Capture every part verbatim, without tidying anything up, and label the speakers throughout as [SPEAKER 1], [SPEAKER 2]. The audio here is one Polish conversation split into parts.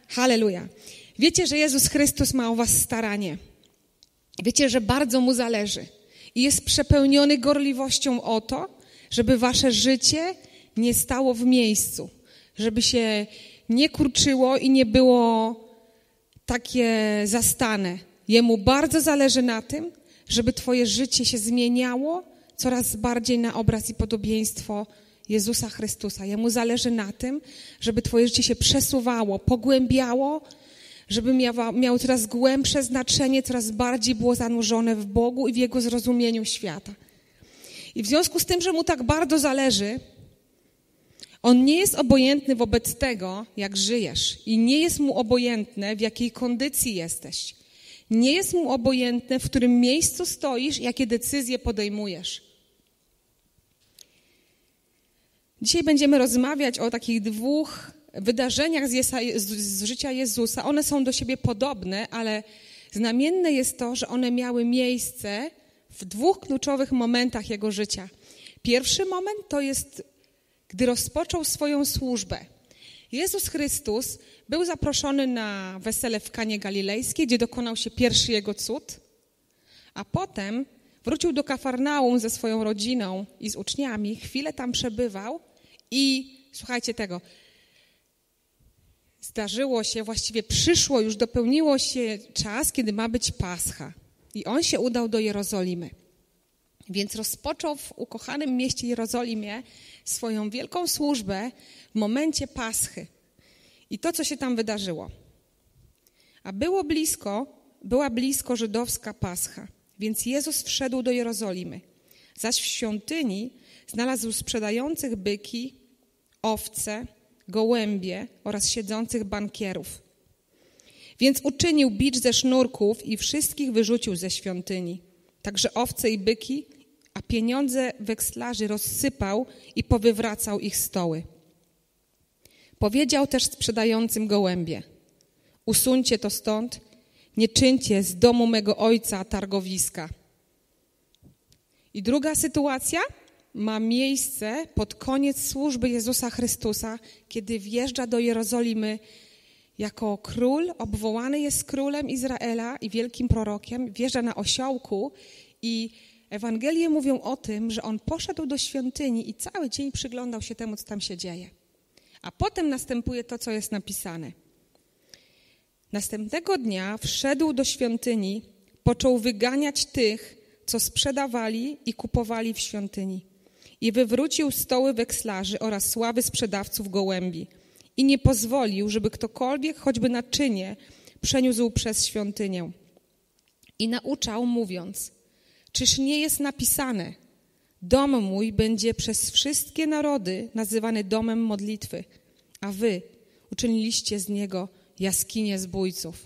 [SPEAKER 1] Halleluja. Wiecie, że Jezus Chrystus ma o was staranie. Wiecie, że bardzo Mu zależy. I jest przepełniony gorliwością o to, żeby wasze życie nie stało w miejscu. Żeby się nie kurczyło i nie było takie zastane. Jemu bardzo zależy na tym, żeby twoje życie się zmieniało coraz bardziej na obraz i podobieństwo Jezusa Chrystusa. Jemu zależy na tym, żeby twoje życie się przesuwało, pogłębiało, żeby miało, miało coraz głębsze znaczenie, coraz bardziej było zanurzone w Bogu i w Jego zrozumieniu świata. I w związku z tym, że Mu tak bardzo zależy, On nie jest obojętny wobec tego, jak żyjesz i nie jest Mu obojętne, w jakiej kondycji jesteś. Nie jest Mu obojętne, w którym miejscu stoisz, jakie decyzje podejmujesz. Dzisiaj będziemy rozmawiać o takich dwóch wydarzeniach z, Jesa- z życia Jezusa. One są do siebie podobne, ale znamienne jest to, że one miały miejsce w dwóch kluczowych momentach Jego życia. Pierwszy moment to jest, gdy rozpoczął swoją służbę. Jezus Chrystus był zaproszony na wesele w Kanie Galilejskiej, gdzie dokonał się pierwszy Jego cud, a potem wrócił do Kafarnaum ze swoją rodziną i z uczniami, chwilę tam przebywał i, słuchajcie tego, zdarzyło się, właściwie przyszło, już dopełniło się czas, kiedy ma być Pascha. I on się udał do Jerozolimy. Więc rozpoczął w ukochanym mieście Jerozolimie swoją wielką służbę w momencie Paschy. I to, co się tam wydarzyło. A było blisko, była blisko żydowska Pascha, więc Jezus wszedł do Jerozolimy. Zaś w świątyni znalazł sprzedających byki, owce, gołębie oraz siedzących bankierów. Więc uczynił bicz ze sznurków i wszystkich wyrzucił ze świątyni. Także owce i byki, a pieniądze wekslarzy rozsypał i powywracał ich stoły. Powiedział też sprzedającym gołębie: usuńcie to stąd, nie czyńcie z domu mego ojca targowiska. I druga sytuacja ma miejsce pod koniec służby Jezusa Chrystusa, kiedy wjeżdża do Jerozolimy jako król, obwołany jest królem Izraela i wielkim prorokiem, wjeżdża na osiołku i Ewangelie mówią o tym, że on poszedł do świątyni i cały dzień przyglądał się temu, co tam się dzieje. A potem następuje to, co jest napisane. Następnego dnia wszedł do świątyni, począł wyganiać tych, co sprzedawali i kupowali w świątyni. I wywrócił stoły wekslarzy oraz ławy sprzedawców gołębi. I nie pozwolił, żeby ktokolwiek, choćby naczynie, przeniósł przez świątynię. I nauczał, mówiąc: czyż nie jest napisane: dom mój będzie przez wszystkie narody nazywany domem modlitwy, a wy uczyniliście z niego jaskinię zbójców.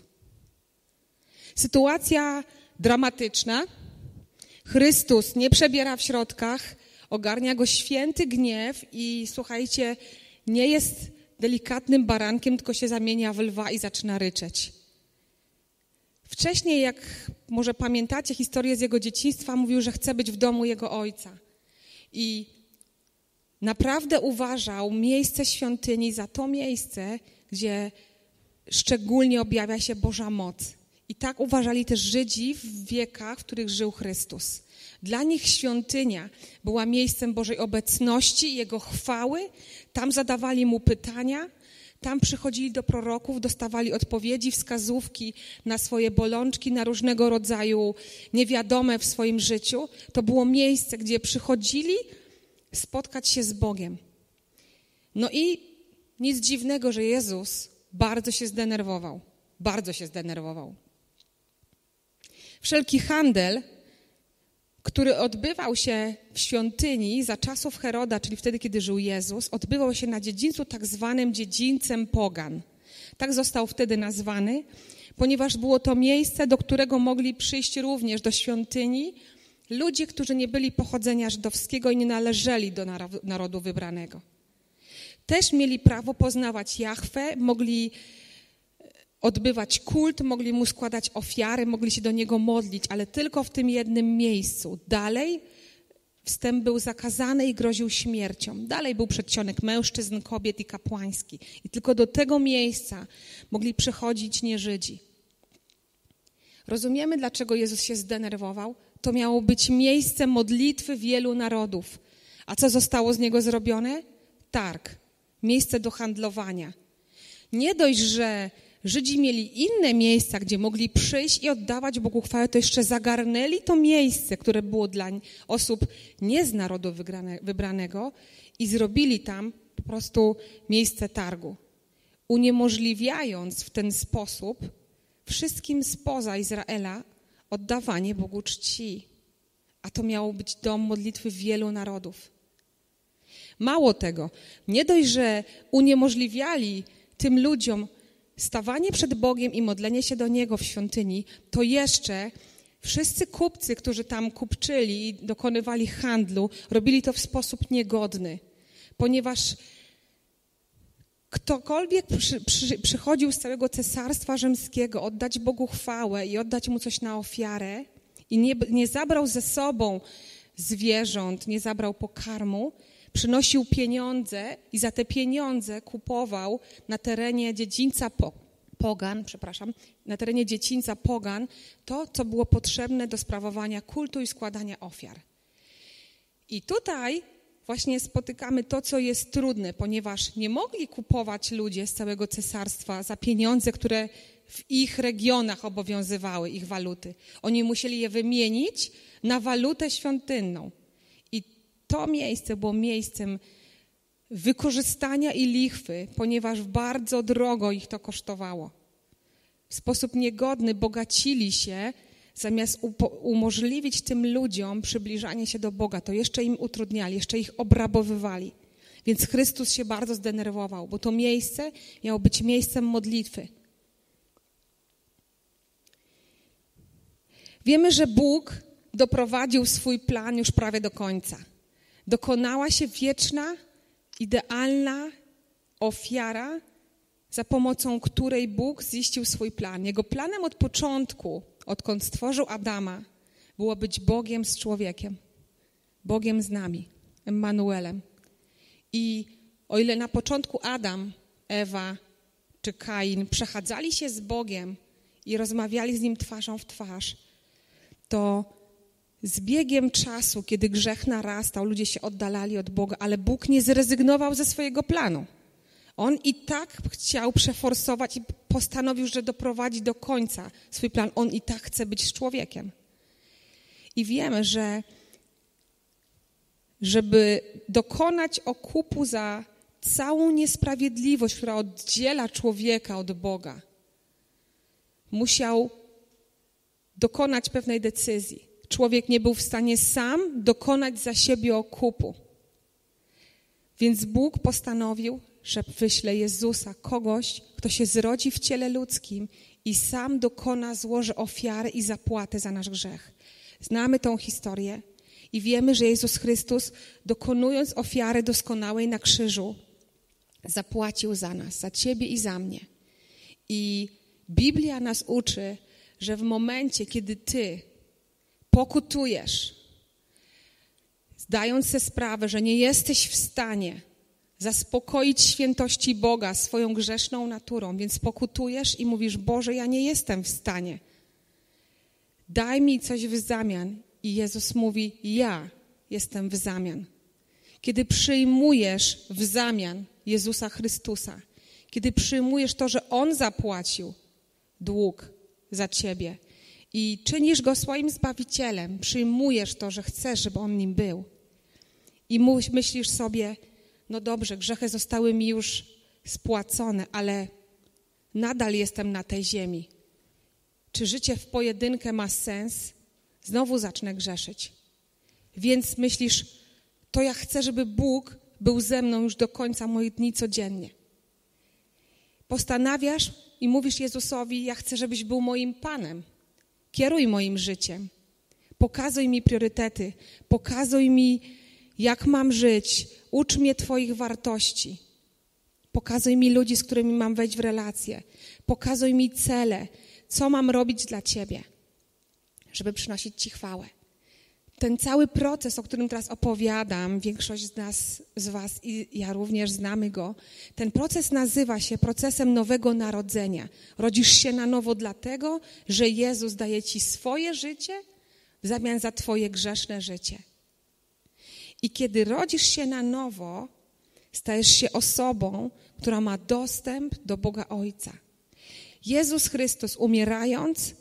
[SPEAKER 1] Sytuacja dramatyczna. Chrystus nie przebiera w środkach, ogarnia go święty gniew i słuchajcie, nie jest delikatnym barankiem, tylko się zamienia w lwa i zaczyna ryczeć. Wcześniej, jak może pamiętacie historię z jego dzieciństwa, mówił, że chce być w domu jego ojca. I naprawdę uważał miejsce świątyni za to miejsce, gdzie szczególnie objawia się Boża moc. I tak uważali też Żydzi w wiekach, w których żył Chrystus. Dla nich świątynia była miejscem Bożej obecności i Jego chwały. Tam zadawali Mu pytania, tam przychodzili do proroków, dostawali odpowiedzi, wskazówki na swoje bolączki, na różnego rodzaju niewiadome w swoim życiu. To było miejsce, gdzie przychodzili spotkać się z Bogiem. No i nic dziwnego, że Jezus bardzo się zdenerwował. Bardzo się zdenerwował. Wszelki handel, który odbywał się w świątyni za czasów Heroda, czyli wtedy, kiedy żył Jezus, odbywał się na dziedzińcu tak zwanym dziedzińcem pogan. Tak został wtedy nazwany, ponieważ było to miejsce, do którego mogli przyjść również do świątyni ludzie, którzy nie byli pochodzenia żydowskiego i nie należeli do narodu wybranego. Też mieli prawo poznawać Jahwe, mogli odbywać kult, mogli Mu składać ofiary, mogli się do Niego modlić, ale tylko w tym jednym miejscu. Dalej Wstęp był zakazany i groził śmiercią. Dalej był przedsionek mężczyzn, kobiet i kapłański. I tylko do tego miejsca mogli przychodzić nieżydzi. Rozumiemy, dlaczego Jezus się zdenerwował? To miało być miejsce modlitwy wielu narodów. A co zostało z niego zrobione? Targ. Miejsce do handlowania. Nie dość, że Żydzi mieli inne miejsca, gdzie mogli przyjść i oddawać Bogu chwałę, to jeszcze zagarnęli to miejsce, które było dla osób nie z narodu wybranego i zrobili tam po prostu miejsce targu, uniemożliwiając w ten sposób wszystkim spoza Izraela oddawanie Bogu czci. A to miało być dom modlitwy wielu narodów. Mało tego, nie dość, że uniemożliwiali tym ludziom stawanie przed Bogiem i modlenie się do Niego w świątyni, to jeszcze wszyscy kupcy, którzy tam kupczyli i dokonywali handlu, robili to w sposób niegodny, ponieważ ktokolwiek przy, przy, przychodził z całego cesarstwa rzymskiego oddać Bogu chwałę i oddać Mu coś na ofiarę i nie, nie zabrał ze sobą zwierząt, nie zabrał pokarmu, przynosił pieniądze i za te pieniądze kupował na terenie dziedzińca po, Pogan, przepraszam, na terenie dziedzińca Pogan to, co było potrzebne do sprawowania kultu i składania ofiar. I tutaj właśnie spotykamy to, co jest trudne, ponieważ nie mogli kupować ludzie z całego cesarstwa za pieniądze, które w ich regionach obowiązywały, ich waluty. Oni musieli je wymienić na walutę świątynną. I to miejsce było miejscem wykorzystania i lichwy, ponieważ bardzo drogo ich to kosztowało. W sposób niegodny bogacili się, zamiast upo- umożliwić tym ludziom przybliżanie się do Boga, to jeszcze im utrudniali, jeszcze ich obrabowywali. Więc Chrystus się bardzo zdenerwował, bo to miejsce miało być miejscem modlitwy. Wiemy, że Bóg doprowadził swój plan już prawie do końca. Dokonała się wieczna, idealna ofiara, za pomocą której Bóg ziścił swój plan. Jego planem od początku, odkąd stworzył Adama, było być Bogiem z człowiekiem, Bogiem z nami, Emmanuelem. I o ile na początku Adam, Ewa czy Kain przechadzali się z Bogiem i rozmawiali z Nim twarzą w twarz, to z biegiem czasu, kiedy grzech narastał, ludzie się oddalali od Boga, ale Bóg nie zrezygnował ze swojego planu. On i tak chciał przeforsować i postanowił, że doprowadzi do końca swój plan. On i tak chce być z człowiekiem. I wiemy, że żeby dokonać okupu za całą niesprawiedliwość, która oddziela człowieka od Boga, musiał dokonać pewnej decyzji. Człowiek nie był w stanie sam dokonać za siebie okupu. Więc Bóg postanowił, że wyśle Jezusa, kogoś, kto się zrodzi w ciele ludzkim i sam dokona, złoży ofiarę i zapłatę za nasz grzech. Znamy tą historię i wiemy, że Jezus Chrystus, dokonując ofiary doskonałej na krzyżu, zapłacił za nas, za ciebie i za mnie. I Biblia nas uczy, że w momencie, kiedy ty pokutujesz, zdając sobie sprawę, że nie jesteś w stanie zaspokoić świętości Boga swoją grzeszną naturą, więc pokutujesz i mówisz: Boże, ja nie jestem w stanie. Daj mi coś w zamian. I Jezus mówi: ja jestem w zamian. Kiedy przyjmujesz w zamian Jezusa Chrystusa, kiedy przyjmujesz to, że On zapłacił dług za ciebie i czynisz Go swoim Zbawicielem, przyjmujesz to, że chcesz, żeby On nim był i myślisz sobie: no dobrze, grzechy zostały mi już spłacone, ale nadal jestem na tej ziemi. Czy życie w pojedynkę ma sens? Znowu zacznę grzeszyć. Więc myślisz: to ja chcę, żeby Bóg był ze mną już do końca moich dni codziennie. Postanawiasz i mówisz Jezusowi: ja chcę, żebyś był moim Panem. Kieruj moim życiem. Pokazuj mi priorytety. Pokazuj mi, jak mam żyć. Ucz mnie Twoich wartości. Pokazuj mi ludzi, z którymi mam wejść w relacje. Pokazuj mi cele, co mam robić dla Ciebie, żeby przynosić Ci chwałę. ten cały proces, o którym teraz opowiadam, większość z nas, z was i ja również znamy go, ten proces nazywa się procesem nowego narodzenia. Rodzisz się na nowo dlatego, że Jezus daje ci swoje życie w zamian za twoje grzeszne życie. I kiedy rodzisz się na nowo, stajesz się osobą, która ma dostęp do Boga Ojca. Jezus Chrystus, umierając,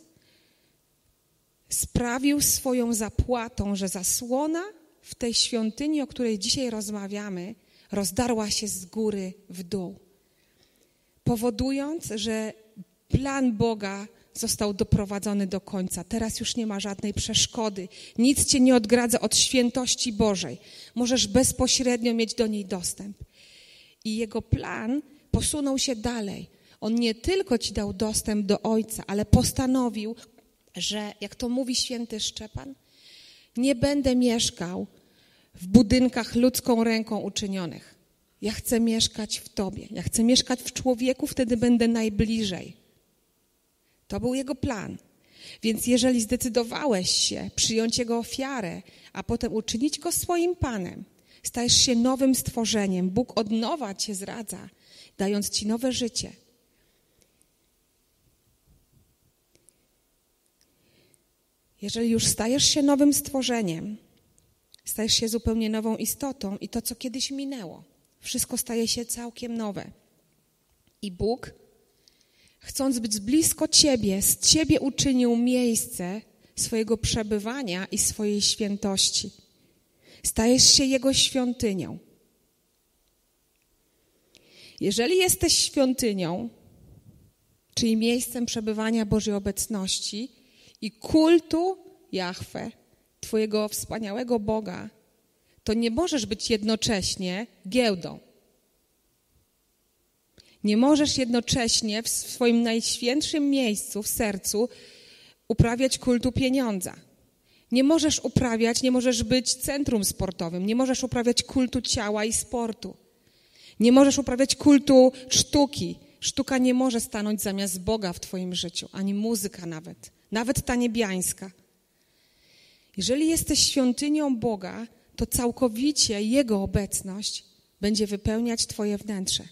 [SPEAKER 1] sprawił swoją zapłatą, że zasłona w tej świątyni, o której dzisiaj rozmawiamy, rozdarła się z góry w dół, powodując, że plan Boga został doprowadzony do końca. Teraz już nie ma żadnej przeszkody. Nic cię nie odgradza od świętości Bożej. Możesz bezpośrednio mieć do niej dostęp. I jego plan posunął się dalej. On nie tylko ci dał dostęp do Ojca, ale postanowił, że, jak to mówi święty Szczepan, nie będę mieszkał w budynkach ludzką ręką uczynionych. Ja chcę mieszkać w Tobie. Ja chcę mieszkać w człowieku, wtedy będę najbliżej. To był jego plan. Więc jeżeli zdecydowałeś się przyjąć jego ofiarę, a potem uczynić go swoim Panem, stajesz się nowym stworzeniem. Bóg od nowa cię zradza, dając ci nowe życie. Jeżeli już stajesz się nowym stworzeniem, stajesz się zupełnie nową istotą i to, co kiedyś minęło, wszystko staje się całkiem nowe. I Bóg, chcąc być blisko ciebie, z ciebie uczynił miejsce swojego przebywania i swojej świętości. Stajesz się Jego świątynią. Jeżeli jesteś świątynią, czyli miejscem przebywania Bożej obecności i kultu Jahwe, twojego wspaniałego Boga, to nie możesz być jednocześnie giełdą. Nie możesz jednocześnie w swoim najświętszym miejscu, w sercu, uprawiać kultu pieniądza. Nie możesz uprawiać, nie możesz być centrum sportowym, nie możesz uprawiać kultu ciała i sportu. Nie możesz uprawiać kultu sztuki. Sztuka nie może stanąć zamiast Boga w twoim życiu, ani muzyka nawet, nawet ta niebiańska. Jeżeli jesteś świątynią Boga, to całkowicie Jego obecność będzie wypełniać twoje wnętrze.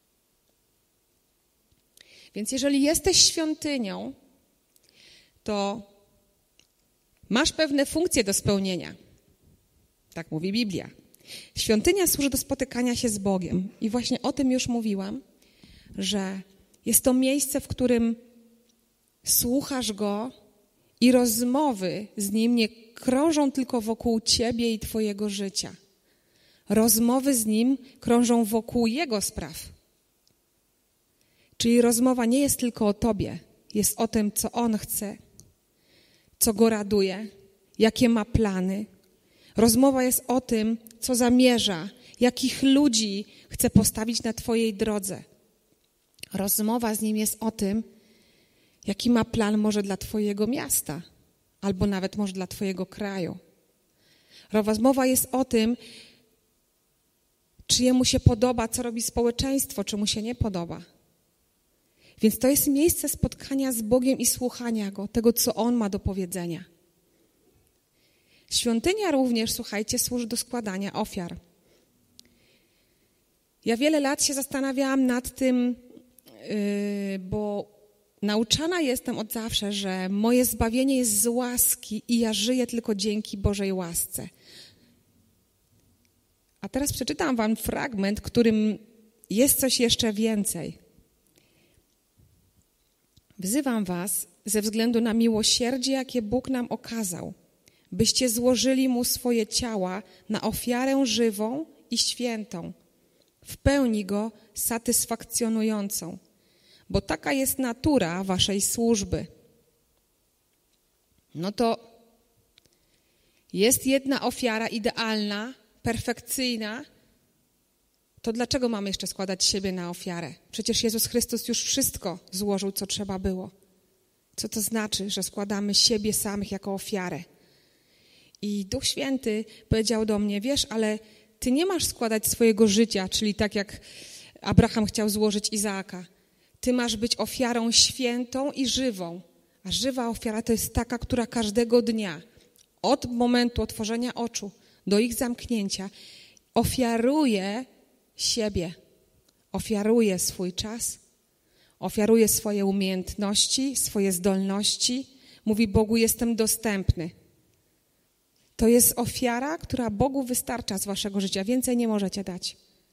[SPEAKER 1] Więc jeżeli jesteś świątynią, to masz pewne funkcje do spełnienia. Tak mówi Biblia. Świątynia służy do spotykania się z Bogiem. I właśnie o tym już mówiłam, że jest to miejsce, w którym słuchasz Go i rozmowy z Nim nie krążą tylko wokół ciebie i twojego życia. Rozmowy z Nim krążą wokół Jego spraw. Czyli rozmowa nie jest tylko o tobie, jest o tym, co On chce, co Go raduje, jakie ma plany. Rozmowa jest o tym, co zamierza, jakich ludzi chce postawić na twojej drodze. Rozmowa z Nim jest o tym, jaki ma plan może dla twojego miasta, albo nawet może dla twojego kraju. Rozmowa jest o tym, czy Jemu się podoba, co robi społeczeństwo, czy Mu się nie podoba. Więc to jest miejsce spotkania z Bogiem i słuchania Go, tego, co On ma do powiedzenia. Świątynia również, słuchajcie, służy do składania ofiar. Ja wiele lat się zastanawiałam nad tym, yy, bo nauczana jestem od zawsze, że moje zbawienie jest z łaski i ja żyję tylko dzięki Bożej łasce. A teraz przeczytam wam fragment, w którym jest coś jeszcze więcej. Wzywam was ze względu na miłosierdzie, jakie Bóg nam okazał, byście złożyli Mu swoje ciała na ofiarę żywą i świętą, w pełni Go satysfakcjonującą, bo taka jest natura waszej służby. No to jest jedna ofiara idealna, perfekcyjna, to dlaczego mamy jeszcze składać siebie na ofiarę? Przecież Jezus Chrystus już wszystko złożył, co trzeba było. Co to znaczy, że składamy siebie samych jako ofiarę? I Duch Święty powiedział do mnie, wiesz, ale ty nie masz składać swojego życia, czyli tak jak Abraham chciał złożyć Izaaka. Ty masz być ofiarą świętą i żywą. A żywa ofiara to jest taka, która każdego dnia od momentu otworzenia oczu do ich zamknięcia, ofiaruje siebie, ofiaruje swój czas, ofiaruje swoje umiejętności, swoje zdolności. Mówi Bogu, jestem dostępny. To jest ofiara, która Bogu wystarcza z waszego życia. Więcej nie możecie dać.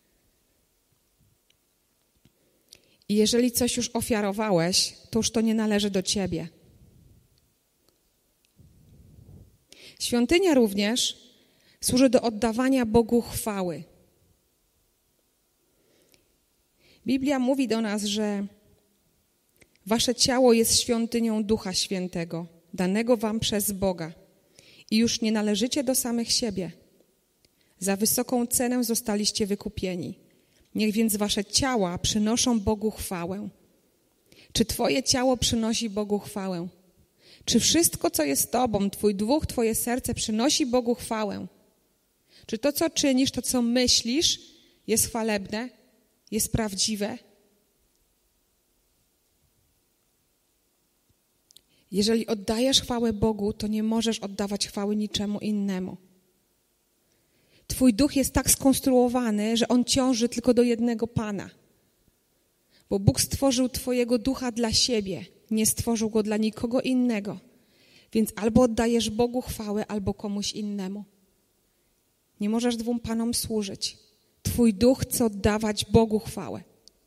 [SPEAKER 1] I jeżeli coś już ofiarowałeś, to już to nie należy do ciebie. Świątynia również służy do oddawania Bogu chwały. Biblia mówi do nas, że wasze ciało jest świątynią Ducha Świętego, danego wam przez Boga. I już nie należycie do samych siebie. Za wysoką cenę zostaliście wykupieni. Niech więc wasze ciała przynoszą Bogu chwałę. Czy twoje ciało przynosi Bogu chwałę? Czy wszystko, co jest tobą, twój duch, twoje serce przynosi Bogu chwałę? Czy to, co czynisz, to, co myślisz, jest chwalebne, jest prawdziwe? Jeżeli oddajesz chwałę Bogu, to nie możesz oddawać chwały niczemu innemu. Twój duch jest tak skonstruowany, że on ciąży tylko do jednego Pana. Bo Bóg stworzył twojego ducha dla siebie, nie stworzył go dla nikogo innego. Więc albo oddajesz Bogu chwałę, albo komuś innemu. Nie możesz dwóm Panom służyć. Twój duch chce oddawać Bogu chwałę.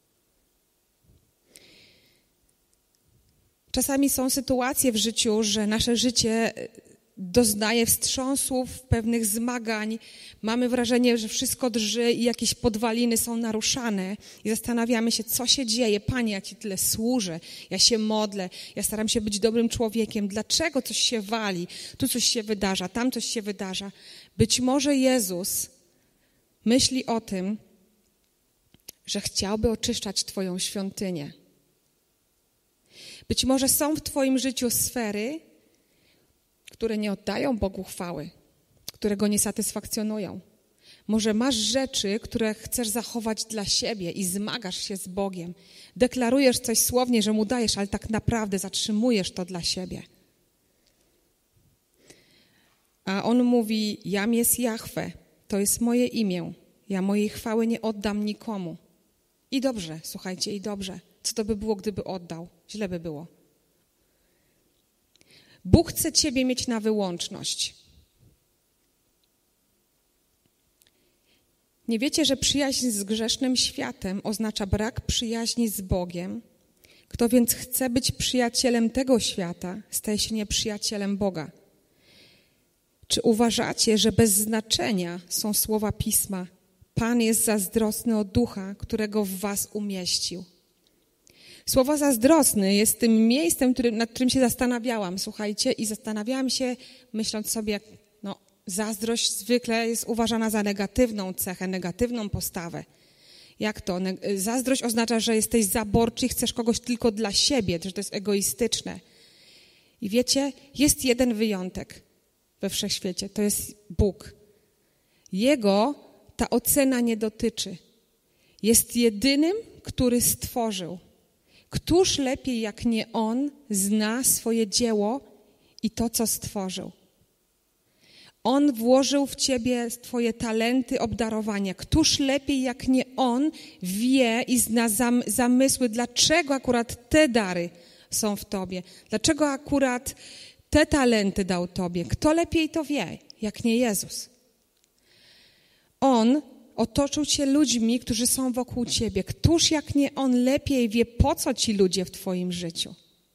[SPEAKER 1] Czasami są sytuacje w życiu, że nasze życie doznaje wstrząsów, pewnych zmagań. Mamy wrażenie, że wszystko drży i jakieś podwaliny są naruszane. I zastanawiamy się, co się dzieje. Panie, ja Ci tyle służę, ja się modlę, ja staram się być dobrym człowiekiem. Dlaczego coś się wali? Tu coś się wydarza, tam coś się wydarza. Być może Jezus myśli o tym, że chciałby oczyszczać Twoją świątynię. Być może są w Twoim życiu sfery, które nie oddają Bogu chwały, które Go nie satysfakcjonują. Może masz rzeczy, które chcesz zachować dla siebie i zmagasz się z Bogiem. Deklarujesz coś słownie, że Mu dajesz, ale tak naprawdę zatrzymujesz to dla siebie. A On mówi, jam jest Jahwe, to jest moje imię. Ja mojej chwały nie oddam nikomu. I dobrze, słuchajcie, i dobrze. Co to by było, gdyby oddał? Źle by było. Bóg chce ciebie mieć na wyłączność. Nie wiecie, że przyjaźń z grzesznym światem oznacza brak przyjaźni z Bogiem? Kto więc chce być przyjacielem tego świata, staje się nieprzyjacielem Boga. Czy uważacie, że bez znaczenia są słowa Pisma? Pan jest zazdrosny o ducha, którego w was umieścił. Słowo zazdrosny jest tym miejscem, którym, nad którym się zastanawiałam, słuchajcie, i zastanawiałam się, myśląc sobie, no zazdrość zwykle jest uważana za negatywną cechę, negatywną postawę. Jak to? Zazdrość oznacza, że jesteś zaborczy i chcesz kogoś tylko dla siebie, że to jest egoistyczne. I wiecie, jest jeden wyjątek we wszechświecie, to jest Bóg. Jego ta ocena nie dotyczy. Jest jedynym, który stworzył. Któż lepiej jak nie On zna swoje dzieło i to, co stworzył? On włożył w ciebie twoje talenty, obdarowania. Któż lepiej jak nie On wie i zna zam- zamysły, dlaczego akurat te dary są w tobie? Dlaczego akurat te talenty dał tobie? Kto lepiej to wie, jak nie Jezus? On otoczył cię ludźmi, którzy są wokół ciebie. Któż jak nie On lepiej wie, po co ci ludzie w twoim życiu?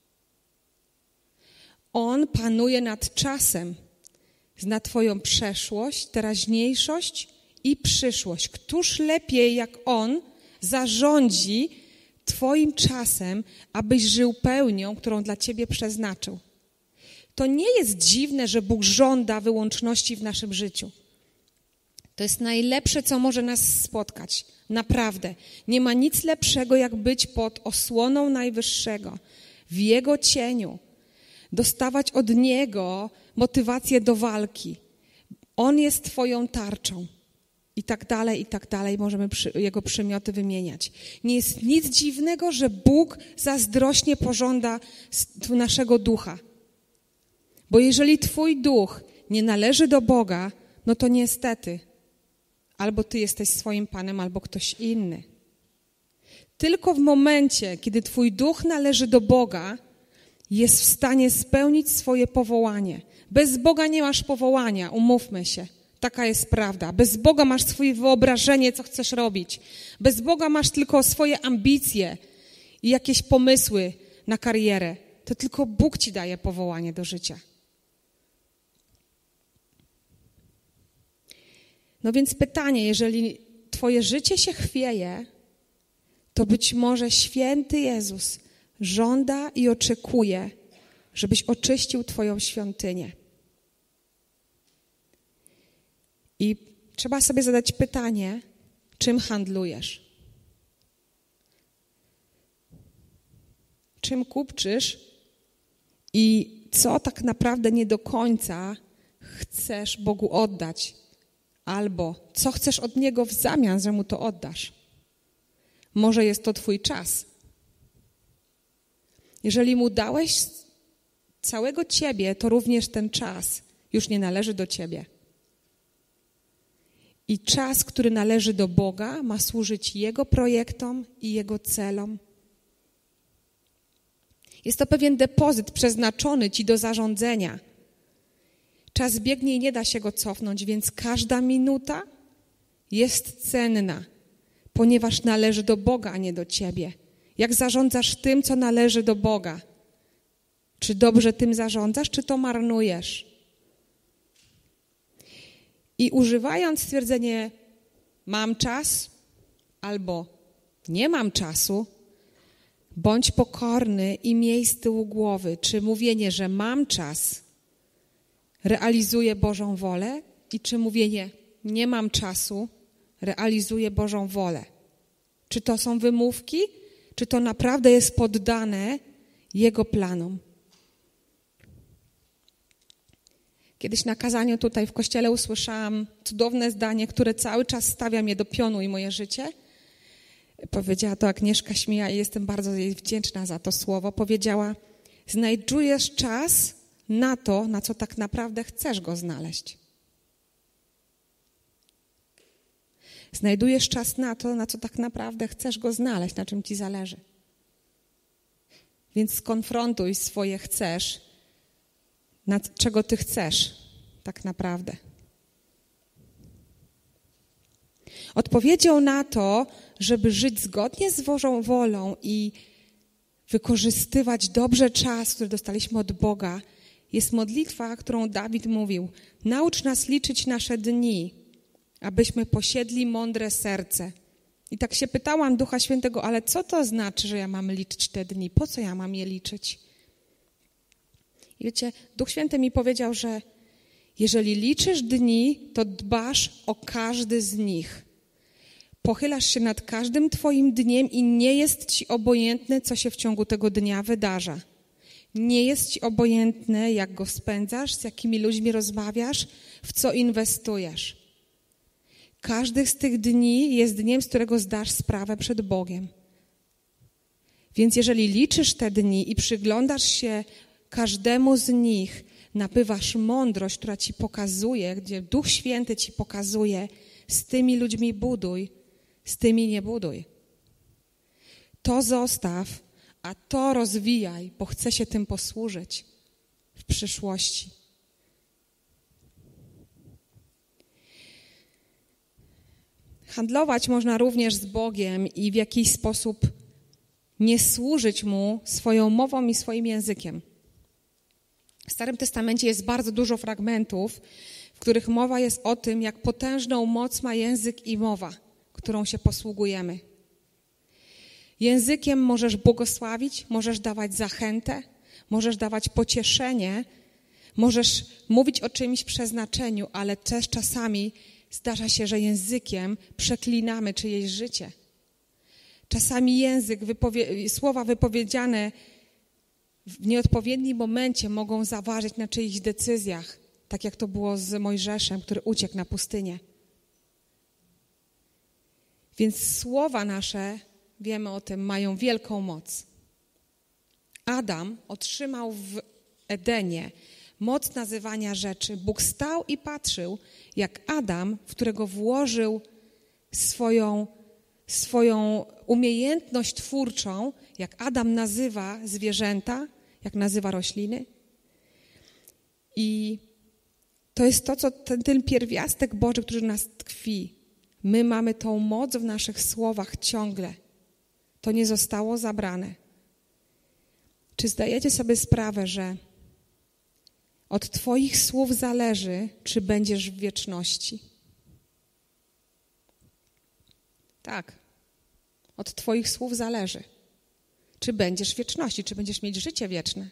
[SPEAKER 1] On panuje nad czasem. Zna twoją przeszłość, teraźniejszość i przyszłość. Któż lepiej jak On zarządzi twoim czasem, abyś żył pełnią, którą dla ciebie przeznaczył? To nie jest dziwne, że Bóg żąda wyłączności w naszym życiu. To jest najlepsze, co może nas spotkać. Naprawdę. Nie ma nic lepszego, jak być pod osłoną Najwyższego, w Jego cieniu. Dostawać od Niego motywację do walki. On jest twoją tarczą. I tak dalej, i tak dalej. Możemy przy, Jego przymioty wymieniać. Nie jest nic dziwnego, że Bóg zazdrośnie pożąda naszego ducha. Bo jeżeli twój duch nie należy do Boga, no to niestety albo ty jesteś swoim Panem, albo ktoś inny. Tylko w momencie, kiedy twój duch należy do Boga, jest w stanie spełnić swoje powołanie. Bez Boga nie masz powołania, umówmy się. Taka jest prawda. Bez Boga masz swoje wyobrażenie, co chcesz robić. Bez Boga masz tylko swoje ambicje i jakieś pomysły na karierę. To tylko Bóg ci daje powołanie do życia. No więc pytanie, jeżeli twoje życie się chwieje, to być może święty Jezus żąda i oczekuje, żebyś oczyścił twoją świątynię. I trzeba sobie zadać pytanie, czym handlujesz? Czym kupczysz i co tak naprawdę nie do końca chcesz Bogu oddać? Albo co chcesz od Niego w zamian, że Mu to oddasz? Może jest to twój czas. Jeżeli Mu dałeś całego ciebie, to również ten czas już nie należy do ciebie. I czas, który należy do Boga, ma służyć Jego projektom i Jego celom. Jest to pewien depozyt przeznaczony ci do zarządzania. Czas biegnie i nie da się go cofnąć, więc każda minuta jest cenna, ponieważ należy do Boga, a nie do ciebie. Jak zarządzasz tym, co należy do Boga? Czy dobrze tym zarządzasz, czy to marnujesz? I używając stwierdzenie mam czas albo nie mam czasu, bądź pokorny i miej z tyłu głowy, czy mówienie, że mam czas, realizuje Bożą wolę i czy mówienie nie mam czasu, realizuje Bożą wolę. Czy to są wymówki, czy to naprawdę jest poddane Jego planom. Kiedyś na kazaniu tutaj w kościele usłyszałam cudowne zdanie, które cały czas stawia mnie do pionu i moje życie. Powiedziała to Agnieszka Śmija i jestem bardzo jej wdzięczna za to słowo. Powiedziała, znajdujesz czas na to, na co tak naprawdę chcesz go znaleźć. Znajdujesz czas na to, na co tak naprawdę chcesz go znaleźć, na czym ci zależy. Więc skonfrontuj swoje chcesz, na czego ty chcesz tak naprawdę. Odpowiedzią na to, żeby żyć zgodnie z Bożą wolą i wykorzystywać dobrze czas, który dostaliśmy od Boga, jest modlitwa, którą Dawid mówił. Naucz nas liczyć nasze dni, abyśmy posiedli mądre serce. I tak się pytałam Ducha Świętego, ale co to znaczy, że ja mam liczyć te dni? Po co ja mam je liczyć? I wiecie, Duch Święty mi powiedział, że jeżeli liczysz dni, to dbasz o każdy z nich. Pochylasz się nad każdym twoim dniem i nie jest ci obojętne, co się w ciągu tego dnia wydarza. Nie jest ci obojętne, jak go spędzasz, z jakimi ludźmi rozmawiasz, w co inwestujesz. Każdy z tych dni jest dniem, z którego zdasz sprawę przed Bogiem. Więc jeżeli liczysz te dni i przyglądasz się każdemu z nich, nabywasz mądrość, która ci pokazuje, gdzie Duch Święty ci pokazuje, z tymi ludźmi buduj, z tymi nie buduj. To zostaw, a to rozwijaj, bo chcę się tym posłużyć w przyszłości. Handlować można również z Bogiem i w jakiś sposób nie służyć Mu swoją mową i swoim językiem. W Starym Testamencie jest bardzo dużo fragmentów, w których mowa jest o tym, jak potężną moc ma język i mowa, którą się posługujemy. Językiem możesz błogosławić, możesz dawać zachętę, możesz dawać pocieszenie, możesz mówić o czymś przeznaczeniu, ale też czasami zdarza się, że językiem przeklinamy czyjeś życie. Czasami język, wypowie- słowa wypowiedziane w nieodpowiednim momencie mogą zaważyć na czyichś decyzjach, tak jak to było z Mojżeszem, który uciekł na pustynię. Więc słowa nasze, wiemy o tym, mają wielką moc. Adam otrzymał w Edenie moc nazywania rzeczy. Bóg stał i patrzył, jak Adam, w którego włożył swoją, swoją umiejętność twórczą, jak Adam nazywa zwierzęta, jak nazywa rośliny. I to jest to, co ten, ten pierwiastek Boży, który w nas tkwi. My mamy tą moc w naszych słowach ciągle. To nie zostało zabrane. Czy zdajecie sobie sprawę, że od Twoich słów zależy, czy będziesz w wieczności? Tak. Od Twoich słów zależy, czy będziesz w wieczności, czy będziesz mieć życie wieczne.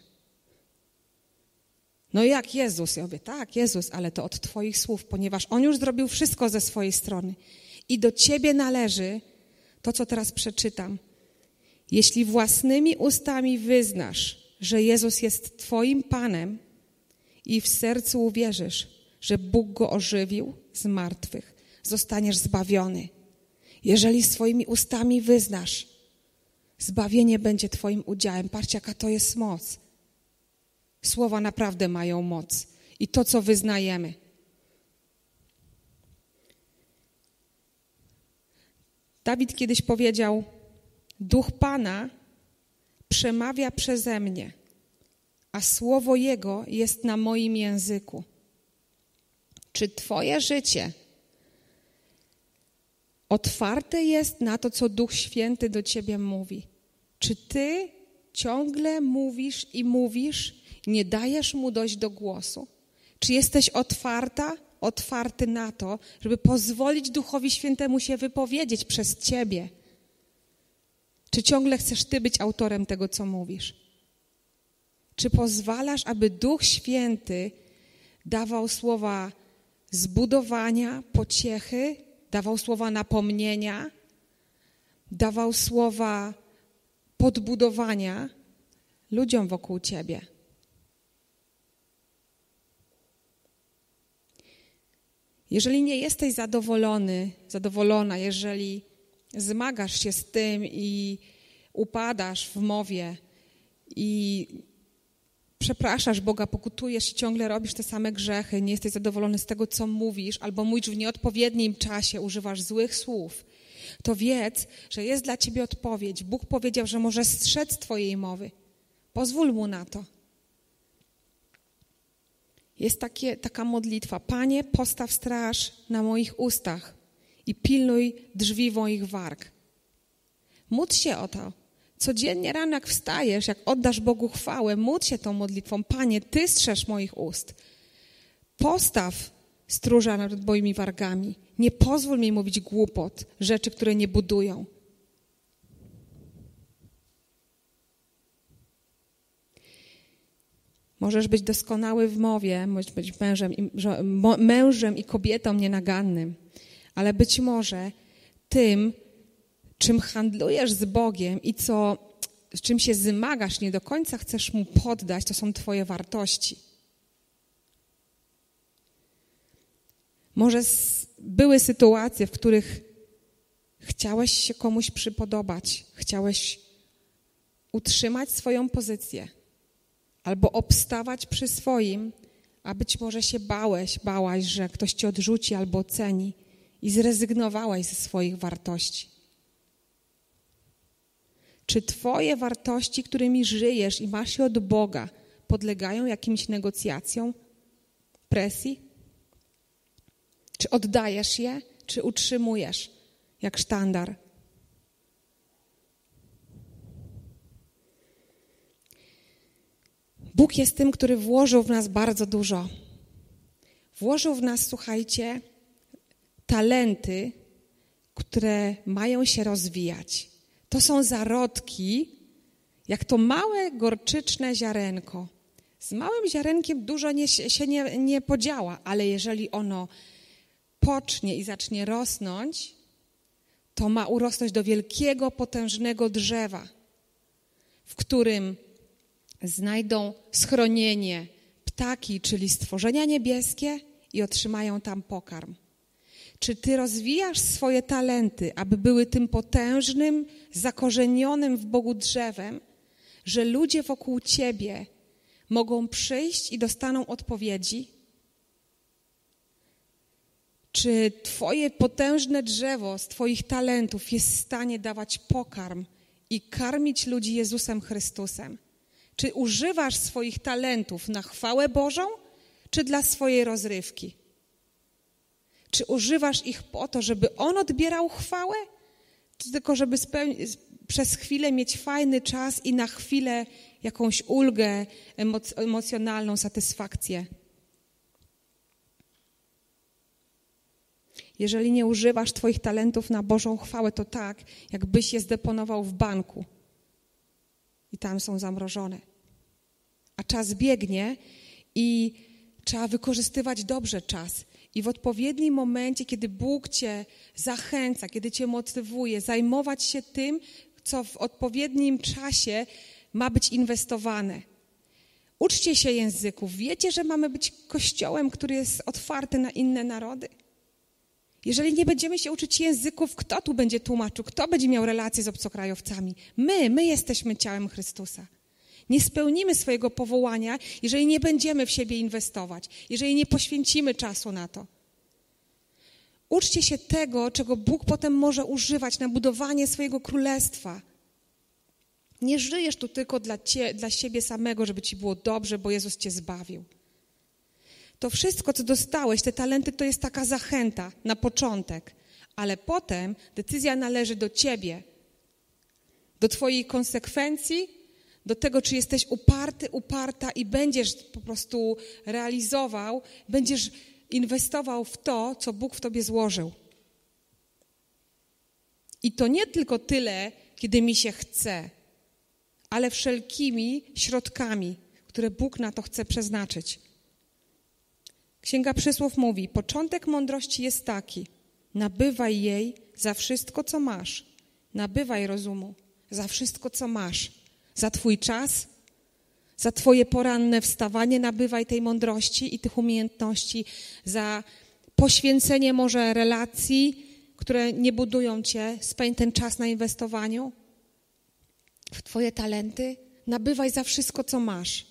[SPEAKER 1] No jak Jezus? Ja mówię, tak, Jezus, ale to od Twoich słów, ponieważ On już zrobił wszystko ze swojej strony. I do Ciebie należy to, co teraz przeczytam. Jeśli własnymi ustami wyznasz, że Jezus jest Twoim Panem i w sercu uwierzysz, że Bóg Go ożywił z martwych, zostaniesz zbawiony. Jeżeli swoimi ustami wyznasz, zbawienie będzie Twoim udziałem. Patrzcie, jaka to jest moc. Słowa naprawdę mają moc. I to, co wyznajemy. Dawid kiedyś powiedział, Duch Pana przemawia przeze mnie, a słowo Jego jest na moim języku. Czy Twoje życie otwarte jest na to, co Duch Święty do Ciebie mówi? Czy Ty ciągle mówisz i mówisz, nie dajesz Mu dojść do głosu? Czy jesteś otwarta, otwarty na to, żeby pozwolić Duchowi Świętemu się wypowiedzieć przez Ciebie? Czy ciągle chcesz Ty być autorem tego, co mówisz? Czy pozwalasz, aby Duch Święty dawał słowa zbudowania, pociechy, dawał słowa napomnienia, dawał słowa podbudowania ludziom wokół Ciebie? Jeżeli nie jesteś zadowolony, zadowolona, jeżeli zmagasz się z tym i upadasz w mowie i przepraszasz Boga, pokutujesz i ciągle robisz te same grzechy, nie jesteś zadowolony z tego, co mówisz, albo mówisz w nieodpowiednim czasie, używasz złych słów, to wiedz, że jest dla ciebie odpowiedź. Bóg powiedział, że może strzec twojej mowy. Pozwól Mu na to. Jest takie, taka modlitwa. Panie, postaw straż na moich ustach i pilnuj drzwi moich warg. Módl się o to. Codziennie rano, jak wstajesz, jak oddasz Bogu chwałę, módl się tą modlitwą. Panie, Ty strzeż moich ust. Postaw stróża nad moimi wargami. Nie pozwól mi mówić głupot, rzeczy, które nie budują. Możesz być doskonały w mowie, możesz być mężem i, mężem i kobietą nienagannym, ale być może tym, czym handlujesz z Bogiem i co, z czym się zmagasz, nie do końca chcesz Mu poddać, to są Twoje wartości. Może były sytuacje, w których chciałeś się komuś przypodobać, chciałeś utrzymać swoją pozycję albo obstawać przy swoim, a być może się bałeś, bałaś, że ktoś cię odrzuci albo oceni i zrezygnowałeś ze swoich wartości. Czy Twoje wartości, którymi żyjesz i masz je od Boga, podlegają jakimś negocjacjom, presji? Czy oddajesz je, czy utrzymujesz jak sztandar? Bóg jest tym, który włożył w nas bardzo dużo. Włożył w nas, słuchajcie, talenty, które mają się rozwijać. To są zarodki, jak to małe, gorczyczne ziarenko. Z małym ziarenkiem dużo nie, się nie, nie podziała, ale jeżeli ono pocznie i zacznie rosnąć, to ma urosnąć do wielkiego, potężnego drzewa, w którym znajdą schronienie ptaki, czyli stworzenia niebieskie i otrzymają tam pokarm. Czy ty rozwijasz swoje talenty, aby były tym potężnym, zakorzenionym w Bogu drzewem, że ludzie wokół ciebie mogą przyjść i dostaną odpowiedzi? Czy twoje potężne drzewo z twoich talentów jest w stanie dawać pokarm i karmić ludzi Jezusem Chrystusem? Czy używasz swoich talentów na chwałę Bożą, czy dla swojej rozrywki? Czy używasz ich po to, żeby On odbierał chwałę, czy tylko żeby spełni- przez chwilę mieć fajny czas i na chwilę jakąś ulgę, emoc- emocjonalną satysfakcję? Jeżeli nie używasz twoich talentów na Bożą chwałę, to tak, jakbyś je zdeponował w banku i tam są zamrożone. A czas biegnie i trzeba wykorzystywać dobrze czas. I w odpowiednim momencie, kiedy Bóg cię zachęca, kiedy cię motywuje, zajmować się tym, co w odpowiednim czasie ma być inwestowane. Uczcie się języków. Wiecie, że mamy być kościołem, który jest otwarty na inne narody? Jeżeli nie będziemy się uczyć języków, kto tu będzie tłumaczył? Kto będzie miał relacje z obcokrajowcami? My, my jesteśmy ciałem Chrystusa. Nie spełnimy swojego powołania, jeżeli nie będziemy w siebie inwestować, jeżeli nie poświęcimy czasu na to. Uczcie się tego, czego Bóg potem może używać na budowanie swojego królestwa. Nie żyjesz tu tylko dla, cie, dla siebie samego, żeby ci było dobrze, bo Jezus cię zbawił. To wszystko, co dostałeś, te talenty, to jest taka zachęta na początek, ale potem decyzja należy do ciebie, do twojej konsekwencji, do tego, czy jesteś uparty, uparta i będziesz po prostu realizował, będziesz inwestował w to, co Bóg w tobie złożył. I to nie tylko tyle, kiedy mi się chce, ale wszelkimi środkami, które Bóg na to chce przeznaczyć. Księga Przysłów mówi, początek mądrości jest taki, nabywaj jej za wszystko, co masz. Nabywaj rozumu za wszystko, co masz. Za twój czas, za twoje poranne wstawanie nabywaj tej mądrości i tych umiejętności, za poświęcenie może relacji, które nie budują cię, spędź ten czas na inwestowaniu w twoje talenty, nabywaj za wszystko, co masz.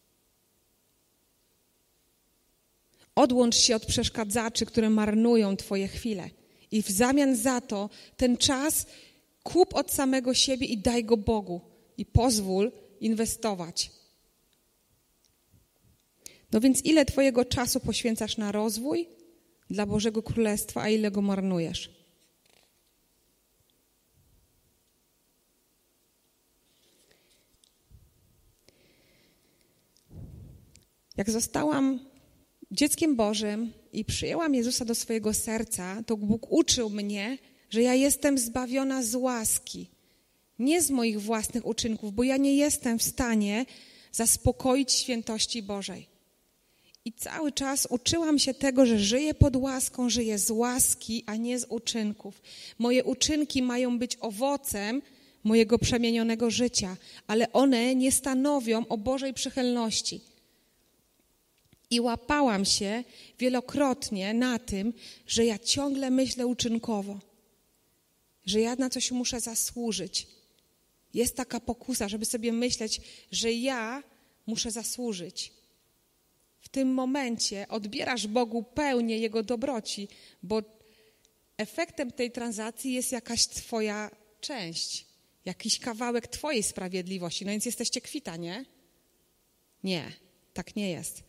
[SPEAKER 1] Odłącz się od przeszkadzaczy, które marnują twoje chwile i w zamian za to ten czas kup od samego siebie i daj go Bogu i pozwól inwestować. No więc ile twojego czasu poświęcasz na rozwój dla Bożego Królestwa, a ile go marnujesz? Jak zostałam dzieckiem Bożym i przyjęłam Jezusa do swojego serca, to Bóg uczył mnie, że ja jestem zbawiona z łaski, nie z moich własnych uczynków, bo ja nie jestem w stanie zaspokoić świętości Bożej. I cały czas uczyłam się tego, że żyję pod łaską, żyję z łaski, a nie z uczynków. Moje uczynki mają być owocem mojego przemienionego życia, ale one nie stanowią o Bożej przychylności. I łapałam się wielokrotnie na tym, że ja ciągle myślę uczynkowo, że ja na coś muszę zasłużyć. Jest taka pokusa, żeby sobie myśleć, że ja muszę zasłużyć. W tym momencie odbierasz Bogu pełnię Jego dobroci, bo efektem tej transakcji jest jakaś twoja część, jakiś kawałek twojej sprawiedliwości. No więc jesteście kwita, nie? Nie, tak nie jest.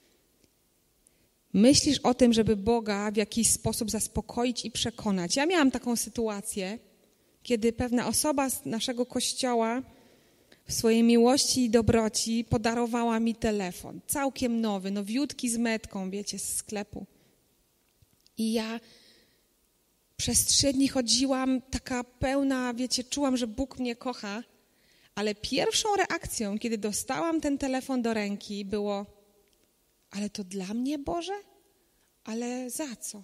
[SPEAKER 1] Myślisz o tym, żeby Boga w jakiś sposób zaspokoić i przekonać. Ja miałam taką sytuację, kiedy pewna osoba z naszego kościoła w swojej miłości i dobroci podarowała mi telefon. Całkiem nowy, nowiutki z metką, wiecie, z sklepu. I ja przez trzy dni chodziłam taka pełna, wiecie, czułam, że Bóg mnie kocha, ale pierwszą reakcją, kiedy dostałam ten telefon do ręki, było: ale to dla mnie, Boże? Ale za co?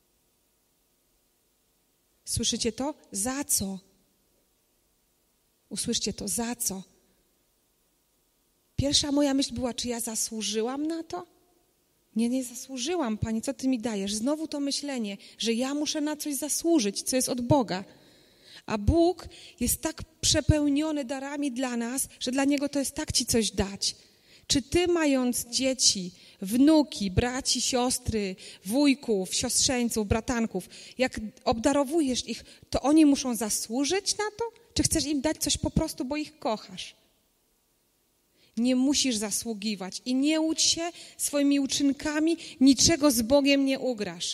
[SPEAKER 1] Słyszycie to? Za co? Usłyszcie to, za co? Pierwsza moja myśl była, czy ja zasłużyłam na to? Nie, nie zasłużyłam, Pani, co Ty mi dajesz? Znowu to myślenie, że ja muszę na coś zasłużyć, co jest od Boga. A Bóg jest tak przepełniony darami dla nas, że dla Niego to jest tak Ci coś dać. Czy ty, mając dzieci, wnuki, braci, siostry, wujków, siostrzeńców, bratanków, jak obdarowujesz ich, to oni muszą zasłużyć na to? Czy chcesz im dać coś po prostu, bo ich kochasz? Nie musisz zasługiwać i nie łudź się swoimi uczynkami, niczego z Bogiem nie ugrasz.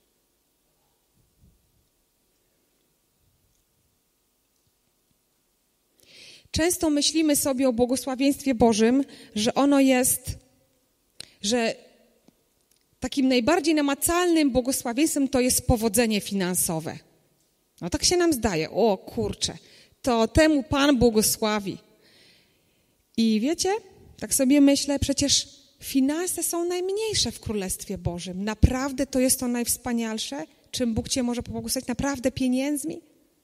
[SPEAKER 1] Często myślimy sobie o błogosławieństwie Bożym, że ono jest, że takim najbardziej namacalnym błogosławieństwem to jest powodzenie finansowe. No tak się nam zdaje. O kurczę, to temu Pan błogosławi. I wiecie, tak sobie myślę, przecież finanse są najmniejsze w Królestwie Bożym. Naprawdę to jest to najwspanialsze, czym Bóg cię może pobłogosławić? Naprawdę pieniędzmi?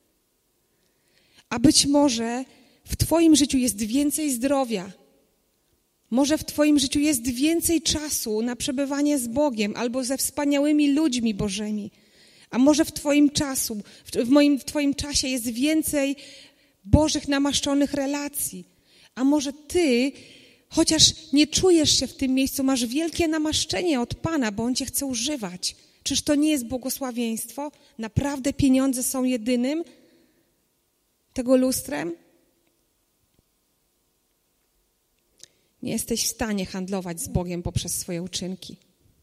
[SPEAKER 1] A być może w twoim życiu jest więcej zdrowia. Może w twoim życiu jest więcej czasu na przebywanie z Bogiem albo ze wspaniałymi ludźmi Bożymi. A może w twoim czasu, w, moim, w twoim czasie jest więcej Bożych namaszczonych relacji. A może ty, chociaż nie czujesz się w tym miejscu, masz wielkie namaszczenie od Pana, bo On cię chce używać. Czyż to nie jest błogosławieństwo? Naprawdę pieniądze są jedynym tego lustrem? Nie jesteś w stanie handlować z Bogiem poprzez swoje uczynki.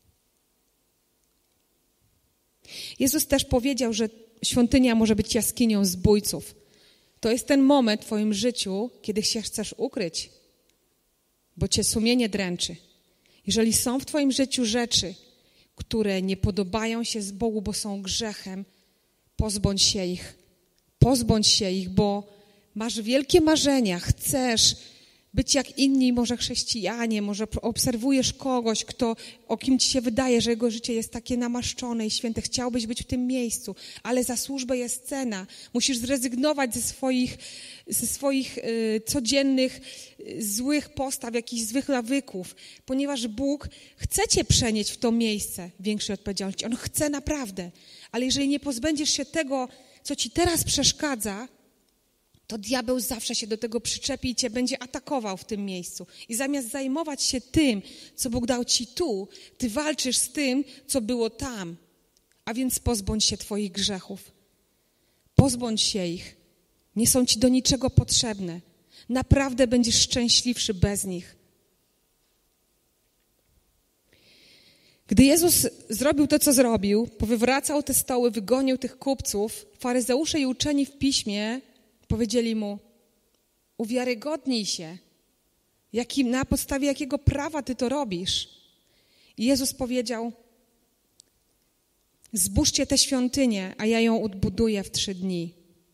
[SPEAKER 1] Jezus też powiedział, że świątynia może być jaskinią zbójców. To jest ten moment w twoim życiu, kiedy się chcesz ukryć, bo cię sumienie dręczy. Jeżeli są w twoim życiu rzeczy, które nie podobają się z Bogu, bo są grzechem, pozbądź się ich. Pozbądź się ich, bo masz wielkie marzenia, chcesz być jak inni, może chrześcijanie, może obserwujesz kogoś, kto, o kim ci się wydaje, że jego życie jest takie namaszczone i święte. Chciałbyś być w tym miejscu, ale za służbę jest cena. Musisz zrezygnować ze swoich, ze swoich y, codziennych y, złych postaw, jakichś złych nawyków, ponieważ Bóg chce cię przenieść w to miejsce większej odpowiedzialności. On chce naprawdę, ale jeżeli nie pozbędziesz się tego, co ci teraz przeszkadza, to diabeł zawsze się do tego przyczepi i cię będzie atakował w tym miejscu. I zamiast zajmować się tym, co Bóg dał ci tu, ty walczysz z tym, co było tam. A więc pozbądź się twoich grzechów. Pozbądź się ich. Nie są ci do niczego potrzebne. Naprawdę będziesz szczęśliwszy bez nich. Gdy Jezus zrobił to, co zrobił, powywracał te stoły, wygonił tych kupców, faryzeusze i uczeni w piśmie powiedzieli mu: uwiarygodnij się, jakim, na podstawie jakiego prawa ty to robisz. I Jezus powiedział: zbóżcie tę świątynię, a ja ją odbuduję w trzy dni.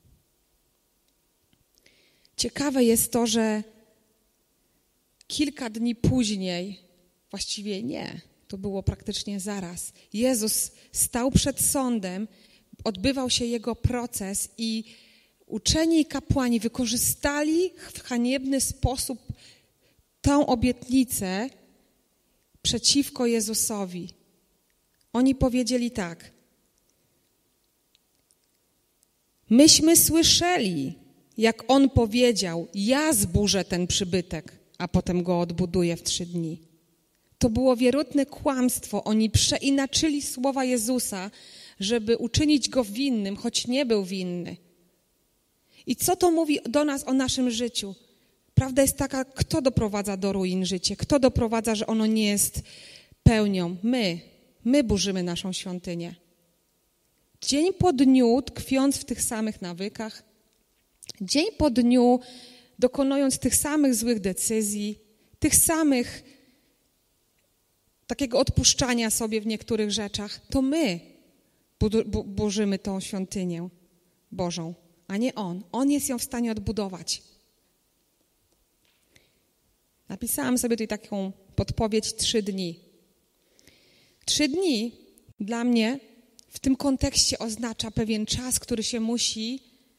[SPEAKER 1] Ciekawe jest to, że kilka dni później, właściwie nie, to było praktycznie zaraz, Jezus stał przed sądem, odbywał się Jego proces i uczeni i kapłani wykorzystali w haniebny sposób tę obietnicę przeciwko Jezusowi. Oni powiedzieli tak: myśmy słyszeli, jak On powiedział, ja zburzę ten przybytek, a potem go odbuduję w trzy dni. To było wierutne kłamstwo. Oni przeinaczyli słowa Jezusa, żeby uczynić Go winnym, choć nie był winny. I co to mówi do nas o naszym życiu? Prawda jest taka, kto doprowadza do ruin życie? Kto doprowadza, że ono nie jest pełnią? My. My burzymy naszą świątynię. Dzień po dniu, tkwiąc w tych samych nawykach, dzień po dniu dokonując tych samych złych decyzji, tych samych takiego odpuszczania sobie w niektórych rzeczach, to my burzymy tą świątynię Bożą, a nie On. On jest ją w stanie odbudować. Napisałam sobie tutaj taką podpowiedź trzy dni. Trzy dni dla mnie w tym kontekście oznacza pewien czas, który się musi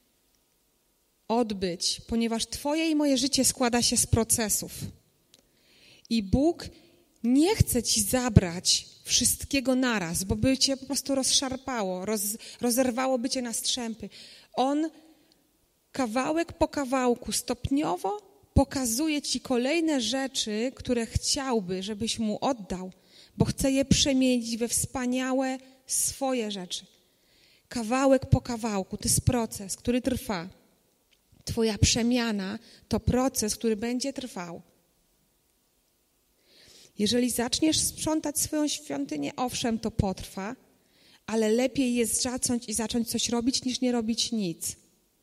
[SPEAKER 1] odbyć, ponieważ twoje i moje życie składa się z procesów. I Bóg nie chce ci zabrać wszystkiego naraz, bo by cię po prostu rozszarpało, roz, rozerwałoby cię na strzępy. On kawałek po kawałku, stopniowo pokazuje ci kolejne rzeczy, które chciałby, żebyś mu oddał, bo chce je przemienić we wspaniałe swoje rzeczy. Kawałek po kawałku, to jest proces, który trwa. Twoja przemiana to proces, który będzie trwał. Jeżeli zaczniesz sprzątać swoją świątynię, owszem, to potrwa, ale lepiej jest zacząć i zacząć coś robić, niż nie robić nic.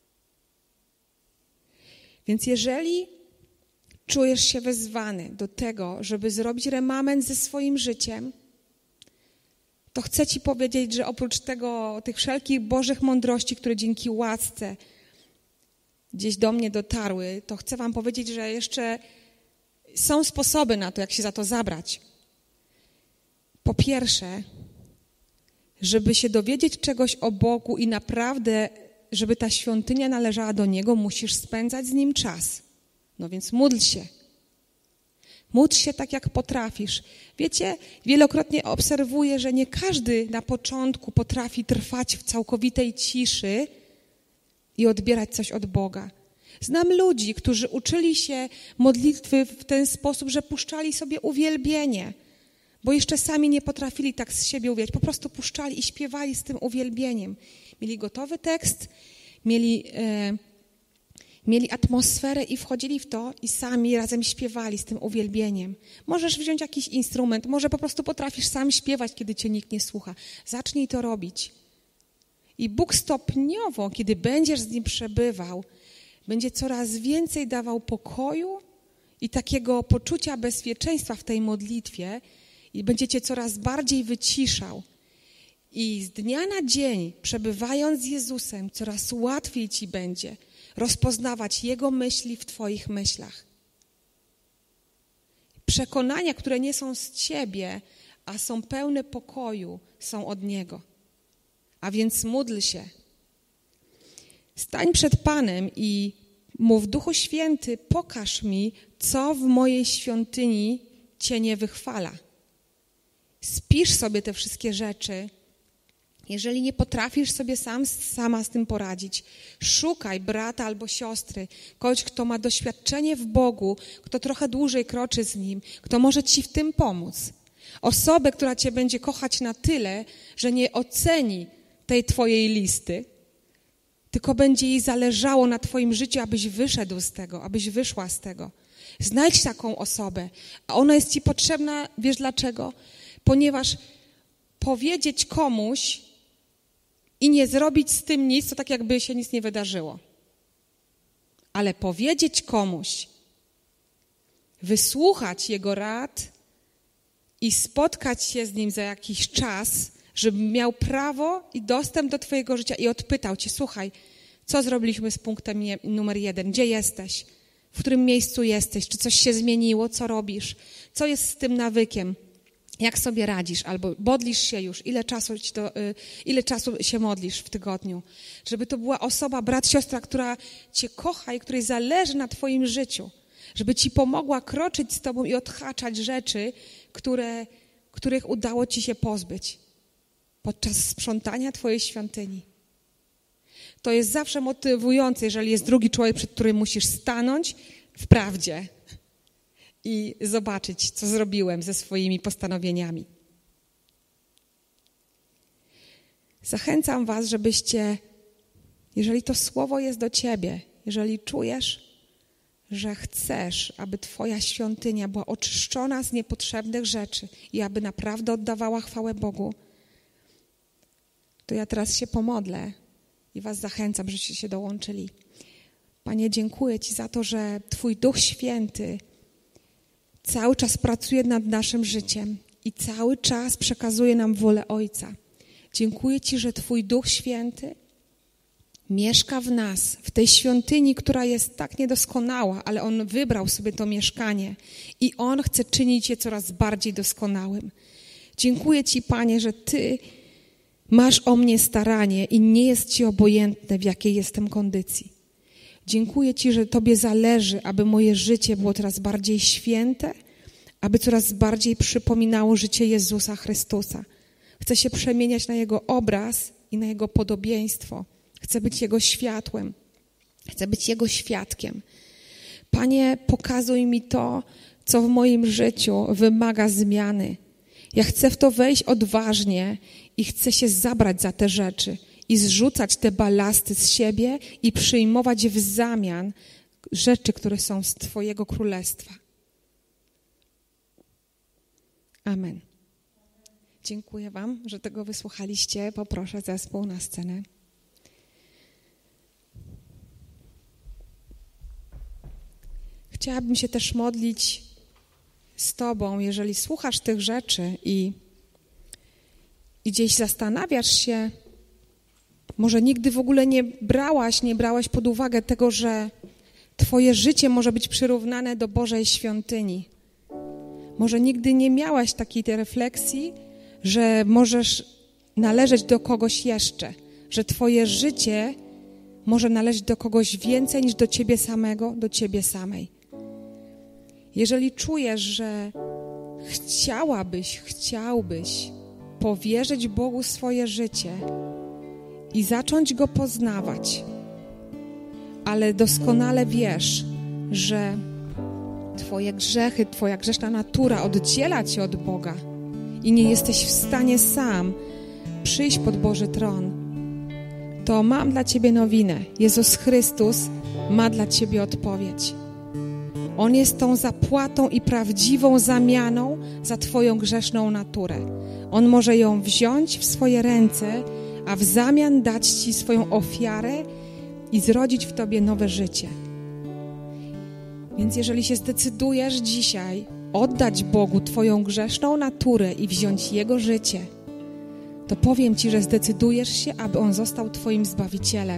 [SPEAKER 1] Więc jeżeli czujesz się wezwany do tego, żeby zrobić remament ze swoim życiem, to chcę ci powiedzieć, że oprócz tego, tych wszelkich Bożych mądrości, które dzięki łasce gdzieś do mnie dotarły, to chcę wam powiedzieć, że jeszcze są sposoby na to, jak się za to zabrać. Po pierwsze, żeby się dowiedzieć czegoś o Bogu i naprawdę, żeby ta świątynia należała do Niego, musisz spędzać z Nim czas. No więc módl się. Módl się tak, jak potrafisz. Wiecie, wielokrotnie obserwuję, że nie każdy na początku potrafi trwać w całkowitej ciszy i odbierać coś od Boga. Znam ludzi, którzy uczyli się modlitwy w ten sposób, że puszczali sobie uwielbienie, bo jeszcze sami nie potrafili tak z siebie uwielbiać. Po prostu puszczali i śpiewali z tym uwielbieniem. Mieli gotowy tekst, mieli, e, mieli atmosferę i wchodzili w to i sami razem śpiewali z tym uwielbieniem. Możesz wziąć jakiś instrument, może po prostu potrafisz sam śpiewać, kiedy cię nikt nie słucha. Zacznij to robić. I Bóg stopniowo, kiedy będziesz z Nim przebywał, będzie coraz więcej dawał pokoju i takiego poczucia bezpieczeństwa w tej modlitwie i będzie cię coraz bardziej wyciszał. I z dnia na dzień, przebywając z Jezusem, coraz łatwiej ci będzie rozpoznawać Jego myśli w twoich myślach. Przekonania, które nie są z ciebie, a są pełne pokoju, są od Niego. A więc módl się. Stań przed Panem i mów: Duchu Święty, pokaż mi, co w mojej świątyni Cię nie wychwala. Spisz sobie te wszystkie rzeczy. Jeżeli nie potrafisz sobie sam, sama z tym poradzić, szukaj brata albo siostry, kogoś, kto ma doświadczenie w Bogu, kto trochę dłużej kroczy z Nim, kto może ci w tym pomóc. Osobę, która cię będzie kochać na tyle, że nie oceni tej twojej listy, tylko będzie jej zależało na twoim życiu, abyś wyszedł z tego, abyś wyszła z tego. Znajdź taką osobę, a ona jest ci potrzebna, wiesz dlaczego? Ponieważ powiedzieć komuś i nie zrobić z tym nic, to tak jakby się nic nie wydarzyło. Ale powiedzieć komuś, wysłuchać jego rad i spotkać się z nim za jakiś czas, żeby miał prawo i dostęp do twojego życia i odpytał cię: słuchaj, co zrobiliśmy z punktem je, numer jeden? Gdzie jesteś? W którym miejscu jesteś? Czy coś się zmieniło? Co robisz? Co jest z tym nawykiem? Jak sobie radzisz? Albo modlisz się już? Ile czasu, ci to, y, ile czasu się modlisz w tygodniu? Żeby to była osoba, brat, siostra, która cię kocha i której zależy na twoim życiu. Żeby ci pomogła kroczyć z tobą i odhaczać rzeczy, które, których udało ci się pozbyć podczas sprzątania twojej świątyni. To jest zawsze motywujące, jeżeli jest drugi człowiek, przed którym musisz stanąć w prawdzie i zobaczyć, co zrobiłem ze swoimi postanowieniami. Zachęcam was, żebyście, jeżeli to słowo jest do ciebie, jeżeli czujesz, że chcesz, aby twoja świątynia była oczyszczona z niepotrzebnych rzeczy i aby naprawdę oddawała chwałę Bogu, to ja teraz się pomodlę i was zachęcam, żebyście się dołączyli. Panie, dziękuję Ci za to, że Twój Duch Święty cały czas pracuje nad naszym życiem i cały czas przekazuje nam wolę Ojca. Dziękuję Ci, że Twój Duch Święty mieszka w nas, w tej świątyni, która jest tak niedoskonała, ale On wybrał sobie to mieszkanie i On chce czynić je coraz bardziej doskonałym. Dziękuję Ci, Panie, że Ty masz o mnie staranie i nie jest Ci obojętne, w jakiej jestem kondycji. Dziękuję Ci, że Tobie zależy, aby moje życie było coraz bardziej święte, aby coraz bardziej przypominało życie Jezusa Chrystusa. Chcę się przemieniać na Jego obraz i na Jego podobieństwo. Chcę być Jego światłem. Chcę być Jego świadkiem. Panie, pokazuj mi to, co w moim życiu wymaga zmiany. Ja chcę w to wejść odważnie i chcę się zabrać za te rzeczy i zrzucać te balasty z siebie i przyjmować w zamian rzeczy, które są z Twojego Królestwa. Amen. Dziękuję Wam, że tego wysłuchaliście. Poproszę zespół na scenę. Chciałabym się też modlić z Tobą, jeżeli słuchasz tych rzeczy i, i gdzieś zastanawiasz się, może nigdy w ogóle nie brałaś, nie brałaś pod uwagę tego, że Twoje życie może być przyrównane do Bożej świątyni. Może nigdy nie miałaś takiej tej refleksji, że możesz należeć do kogoś jeszcze, że Twoje życie może należeć do kogoś więcej niż do Ciebie samego, do Ciebie samej. Jeżeli czujesz, że chciałabyś, chciałbyś powierzyć Bogu swoje życie i zacząć Go poznawać, ale doskonale wiesz, że Twoje grzechy, Twoja grzeszna natura oddziela Cię od Boga i nie jesteś w stanie sam przyjść pod Boży tron, to mam dla Ciebie nowinę. Jezus Chrystus ma dla Ciebie odpowiedź. On jest tą zapłatą i prawdziwą zamianą za Twoją grzeszną naturę. On może ją wziąć w swoje ręce, a w zamian dać Ci swoją ofiarę i zrodzić w Tobie nowe życie. Więc jeżeli się zdecydujesz dzisiaj oddać Bogu Twoją grzeszną naturę i wziąć Jego życie, to powiem Ci, że zdecydujesz się, aby On został Twoim Zbawicielem.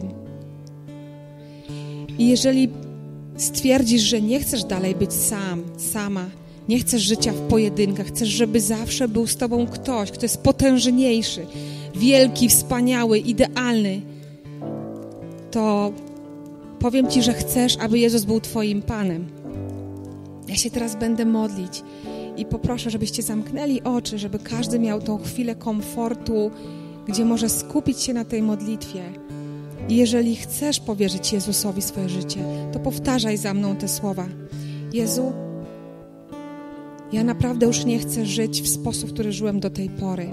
[SPEAKER 1] I jeżeli stwierdzisz, że nie chcesz dalej być sam, sama, nie chcesz życia w pojedynkach, chcesz, żeby zawsze był z Tobą ktoś, kto jest potężniejszy, wielki, wspaniały, idealny, to powiem Ci, że chcesz, aby Jezus był Twoim Panem. Ja się teraz będę modlić i poproszę, żebyście zamknęli oczy, żeby każdy miał tą chwilę komfortu, gdzie może skupić się na tej modlitwie. I jeżeli chcesz powierzyć Jezusowi swoje życie, to powtarzaj za mną te słowa. Jezu, ja naprawdę już nie chcę żyć w sposób, w który żyłem do tej pory.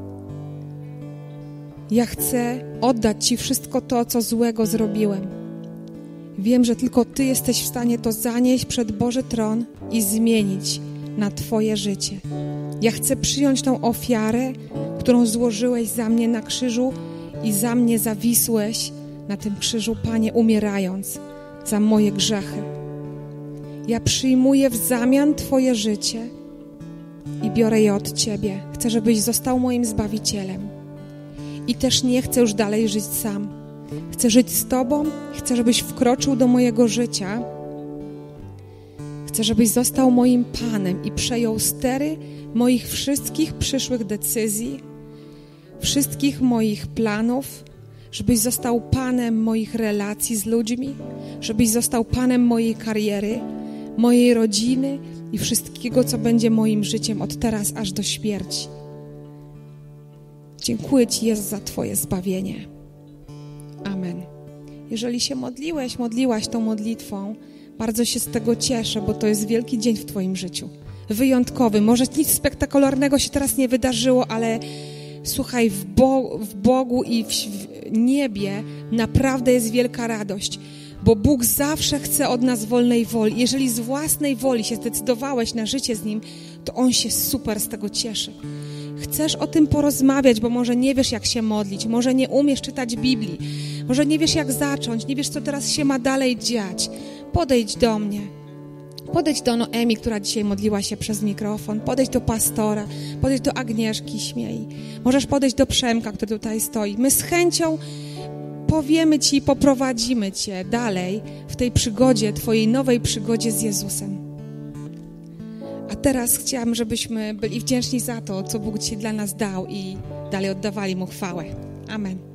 [SPEAKER 1] Ja chcę oddać Ci wszystko to, co złego zrobiłem. Wiem, że tylko Ty jesteś w stanie to zanieść przed Boży tron i zmienić na Twoje życie. Ja chcę przyjąć tą ofiarę, którą złożyłeś za mnie na krzyżu i za mnie zawisłeś na tym krzyżu, Panie, umierając za moje grzechy. Ja przyjmuję w zamian Twoje życie i biorę je od Ciebie. Chcę, żebyś został moim Zbawicielem. I też nie chcę już dalej żyć sam. Chcę żyć z Tobą, chcę, żebyś wkroczył do mojego życia. Chcę, żebyś został moim Panem i przejął stery moich wszystkich przyszłych decyzji, wszystkich moich planów, żebyś został Panem moich relacji z ludźmi, żebyś został Panem mojej kariery, mojej rodziny i wszystkiego, co będzie moim życiem od teraz aż do śmierci. Dziękuję Ci, Jezu, za Twoje zbawienie. Amen. Jeżeli się modliłeś, modliłaś tą modlitwą, bardzo się z tego cieszę, bo to jest wielki dzień w Twoim życiu. Wyjątkowy. Może nic spektakularnego się teraz nie wydarzyło, ale słuchaj, w, Bo- w Bogu i w, w niebie naprawdę jest wielka radość, bo Bóg zawsze chce od nas wolnej woli. Jeżeli z własnej woli się zdecydowałeś na życie z Nim, to On się super z tego cieszy. Chcesz o tym porozmawiać, bo może nie wiesz, jak się modlić, może nie umiesz czytać Biblii, może nie wiesz, jak zacząć, nie wiesz, co teraz się ma dalej dziać. Podejdź do mnie. Podejdź do Noemi, która dzisiaj modliła się przez mikrofon. Podejdź do pastora. Podejdź do Agnieszki Śmiej. Możesz podejść do Przemka, który tutaj stoi. My z chęcią powiemy Ci i poprowadzimy Cię dalej w tej przygodzie, Twojej nowej przygodzie z Jezusem. A teraz chciałam, żebyśmy byli wdzięczni za to, co Bóg Ci dla nas dał i dalej oddawali Mu chwałę. Amen.